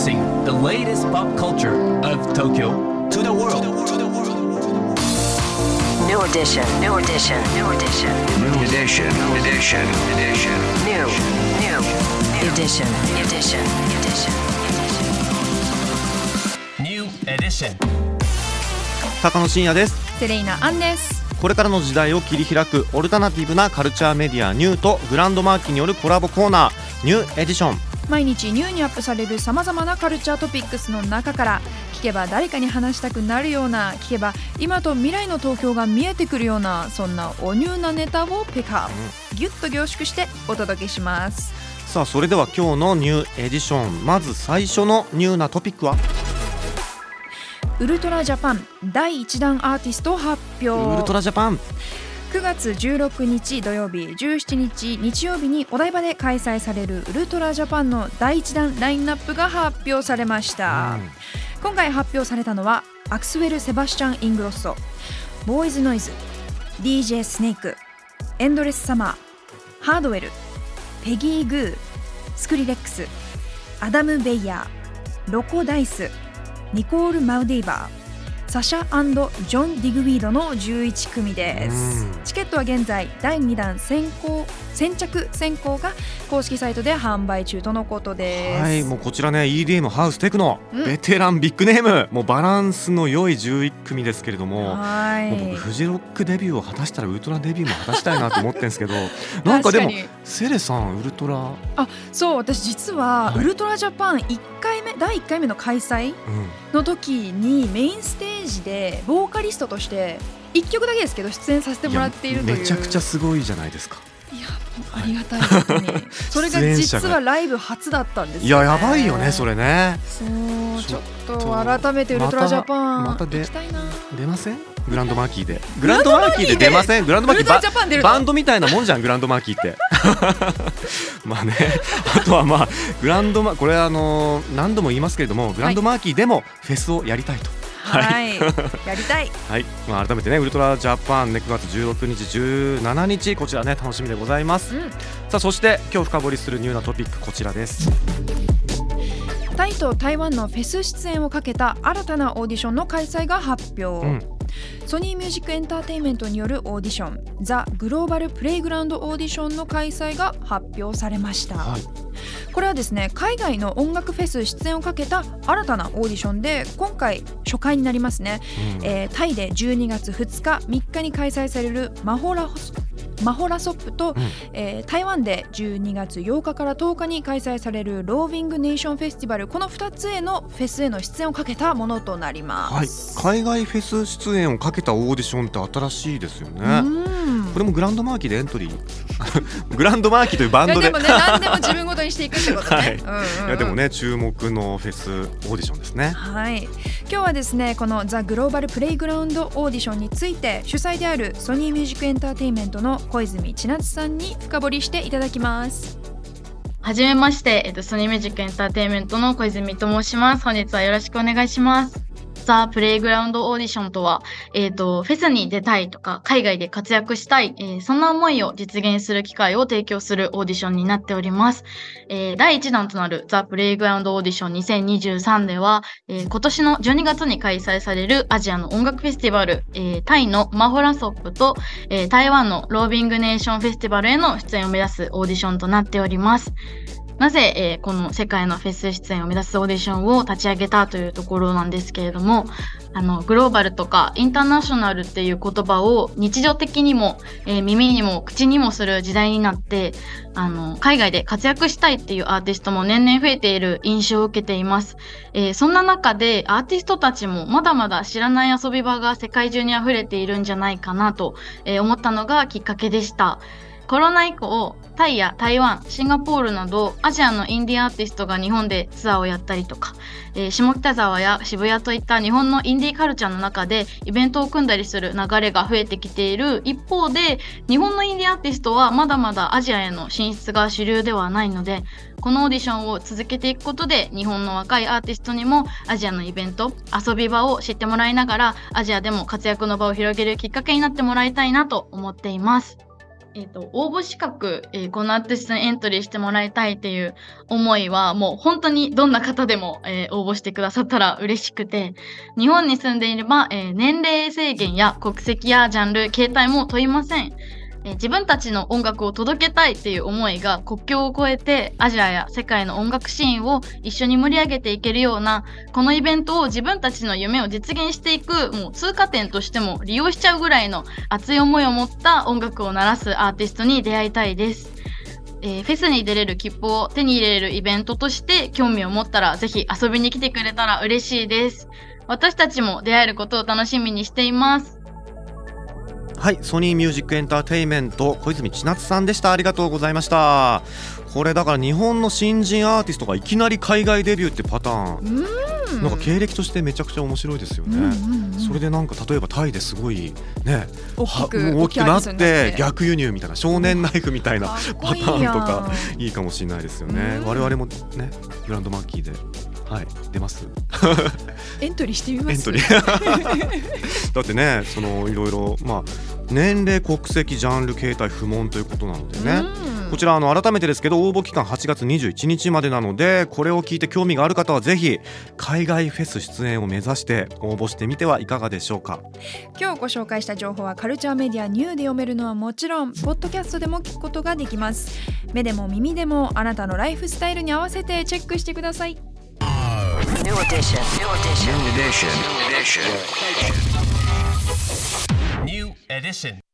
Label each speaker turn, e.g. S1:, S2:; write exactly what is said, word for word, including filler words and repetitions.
S1: Introducing the latest pop culture of Tokyo to the world.
S2: New edition, new edition, new edition,
S3: New edition, new edition, edition.
S2: new, new, edition, edition, edition.
S1: New edition.
S4: 高野真也です。
S5: セレイナアンです。
S4: これからの時代を切り開くオルタナティブなカルチャーメディアニューとグランドマーキーによるコラボコーナーニューエディション。
S5: 毎日ニューにアップされるさまざまなカルチャートピックスの中から聞けば誰かに話したくなるような、聞けば今と未来の東京が見えてくるような、そんなおニューなネタをピックアップ、ギュッと凝縮してお届けします。
S4: さあそれでは今日のニューエディション、まず最初のニューなトピックは
S5: ウルトラジャパンだいいちだんアーティスト発表。
S4: ウルトラジャパン
S5: くがつじゅうろくにち土曜日、じゅうしちにち日曜日にお台場で開催されるウルトラジャパンのだいいちだんラインナップが発表されました、うん、今回発表されたのはアクスウェル・セバスチャン・イングロッソ、ボーイズ・ノイズ、 ディージェー スネーク、エンドレス・サマー、ハードウェル、ペギー・グー、スクリレックス、アダム・ベイヤー、ロコ・ダイス、ニコール・マウディーバー、サシャ&ジョン・ディグウィードのじゅういちくみです。チケットは現在だいにだん先行先着先行が公式サイトで販売中とのことです。
S4: はい、もうこちらね イーディーエム ハウステクノ、うん、ベテランビッグネーム、もうバランスの良いじゅういちくみですけれども、
S5: はい
S4: もう僕フジロックデビューを果たしたらウルトラデビューも果たしたいなと思ってるんですけどなんかでもセレさんウルトラ、
S5: あ、そう私実はウルトラジャパンいっかいめ、だいいっかいめの開催の時にメインステージでボーカリストとしていっきょくだけですけど出演させてもらっているという。
S4: めちゃくちゃすごいじゃないですか。
S5: いやありがたいことにそれが実はライブ初だったんですよね。
S4: いややばいよねそれね。
S5: そうちょっと改めてウルトラジャパン
S4: またで
S5: 行きたいな。
S4: 出ませんグランドマーキーでグランドマーキーで出ませんグランドマーキー バ, バンドみたいなもんじゃんグランドマーキーってまあね、あとはまあグランドマこれあの何度も言いますけれどもグランドマーキーでもフェスをやりたいと、
S5: はい、はい、やりたい、
S4: はいまあ、改めてねウルトラジャパンねくがつじゅうろくにちじゅうしちにちこちらね楽しみでございます、うん、さあそして今日深掘りするニューなトピックこちらです。
S5: タイと台湾のフェス出演をかけた新たなオーディションの開催が発表、うん、ソニーミュージックエンターテインメントによるオーディションザ・グローバル・プレイグラウンドオーディションの開催が発表されました、はい、これはですね海外の音楽フェス出演をかけた新たなオーディションで今回初回になりますね、うんえー、タイでじゅうにがつふつかみっかに開催されるマホラホスマホラソップと、うんえー、台湾でじゅうにがつようかからとおかに開催されるロービングネーションフェスティバル、このふたつへのフェスへの出演をかけたものとなります、
S4: はい、海外フェス出演をかけたオーディションって新しいですよね。うんこれもグランドマーキーでエントリーグランドマーキーというバンドで
S5: いやでもね何でも自分ごとにしていくってことね、
S4: はいうんうんうん、いやでもね注目のフェスオーディションですね。
S5: はい今日はですねこのザ・グローバル・プレイグラウンドオーディションについて主催であるソニーミュージックエンターテインメントの小泉千夏さんに深掘りしていただきます。
S6: はじめまして、えっと、ソニーミュージックエンターテインメントの小泉と申します。本日はよろしくお願いします。ザ・プレイグラウンドオーディションとは、えっと、フェスに出たいとか海外で活躍したい、えー、そんな思いを実現する機会を提供するオーディションになっております。えー、だいいちだんとなるザ・プレイグラウンドオーディションにせんにじゅうさんでは、えー、今年のじゅうにがつに開催されるアジアの音楽フェスティバル、えー、タイのマホラソップと、えー、台湾のロービングネーションフェスティバルへの出演を目指すオーディションとなっております。なぜ、えー、この世界のフェス出演を目指すオーディションを立ち上げたというところなんですけれども、あのグローバルとかインターナショナルっていう言葉を日常的にも、えー、耳にも口にもする時代になって、あの海外で活躍したいっていうアーティストも年々増えている印象を受けています、えー、そんな中でアーティストたちもまだまだ知らない遊び場が世界中にあふれているんじゃないかなと、えー、思ったのがきっかけでした。コロナ以降、タイや台湾、シンガポールなどアジアのインディアーティストが日本でツアーをやったりとか、えー、下北沢や渋谷といった日本のインディーカルチャーの中でイベントを組んだりする流れが増えてきている一方で、日本のインディアーティストはまだまだアジアへの進出が主流ではないので、このオーディションを続けていくことで日本の若いアーティストにもアジアのイベント、遊び場を知ってもらいながらアジアでも活躍の場を広げるきっかけになってもらいたいなと思っています。 えーと、応募資格、えーこのアーティストにエントリーしてもらいたいっていう思いはもう本当にどんな方でも、えー応募してくださったら嬉しくて、日本に住んでいれば、えー年齢制限や国籍やジャンル、形態も問いません。えー自分たちの音楽を届けたいっていう思いが国境を越えてアジアや世界の音楽シーンを一緒に盛り上げていけるようなこのイベントを自分たちの夢を実現していくもう通過点としても利用しちゃうぐらいの熱い思いを持った音楽を鳴らすアーティストに出会いたいです。えーフェスに出れる切符を手に入れるイベントとして興味を持ったらぜひ遊びに来てくれたら嬉しいです。私たちも出会えることを楽しみにしています。
S4: はい、ソニーミュージックエンターテインメント小泉千夏さんでした。ありがとうございました。これだから日本の新人アーティストがいきなり海外デビューってパターン、
S5: うん
S4: なんか経歴としてめちゃくちゃ面白いですよね、
S5: うんうんうん、
S4: それでなんか例えばタイですごいね
S5: 大きく
S4: はもう大きくなっ
S5: 大きいアーティストになって
S4: て逆輸入みたいな少年ナイフみたいな
S5: かっ
S4: パタ
S5: こいいやん
S4: ーンとかいいかもしれないですよね、
S5: うん
S4: 我々もねグランドマッキーではい出ます
S5: エントリーしてみます。
S4: エントリーだってねそのいろいろまあ年齢国籍ジャンル形態不問ということなのでね、
S5: うん
S4: こちらあの改めてですけど応募期間はちがつにじゅういちにちまでなのでこれを聞いて興味がある方はぜひ海外フェス出演を目指して応募してみてはいかがでしょうか。
S5: 今日ご紹介した情報はカルチャーメディアニューで読めるのはもちろんポッドキャストでも聞くことができます。目でも耳でもあなたのライフスタイルに合わせてチェックしてください。
S2: New edition. New edition.
S3: Edition. Edition.
S1: New edition.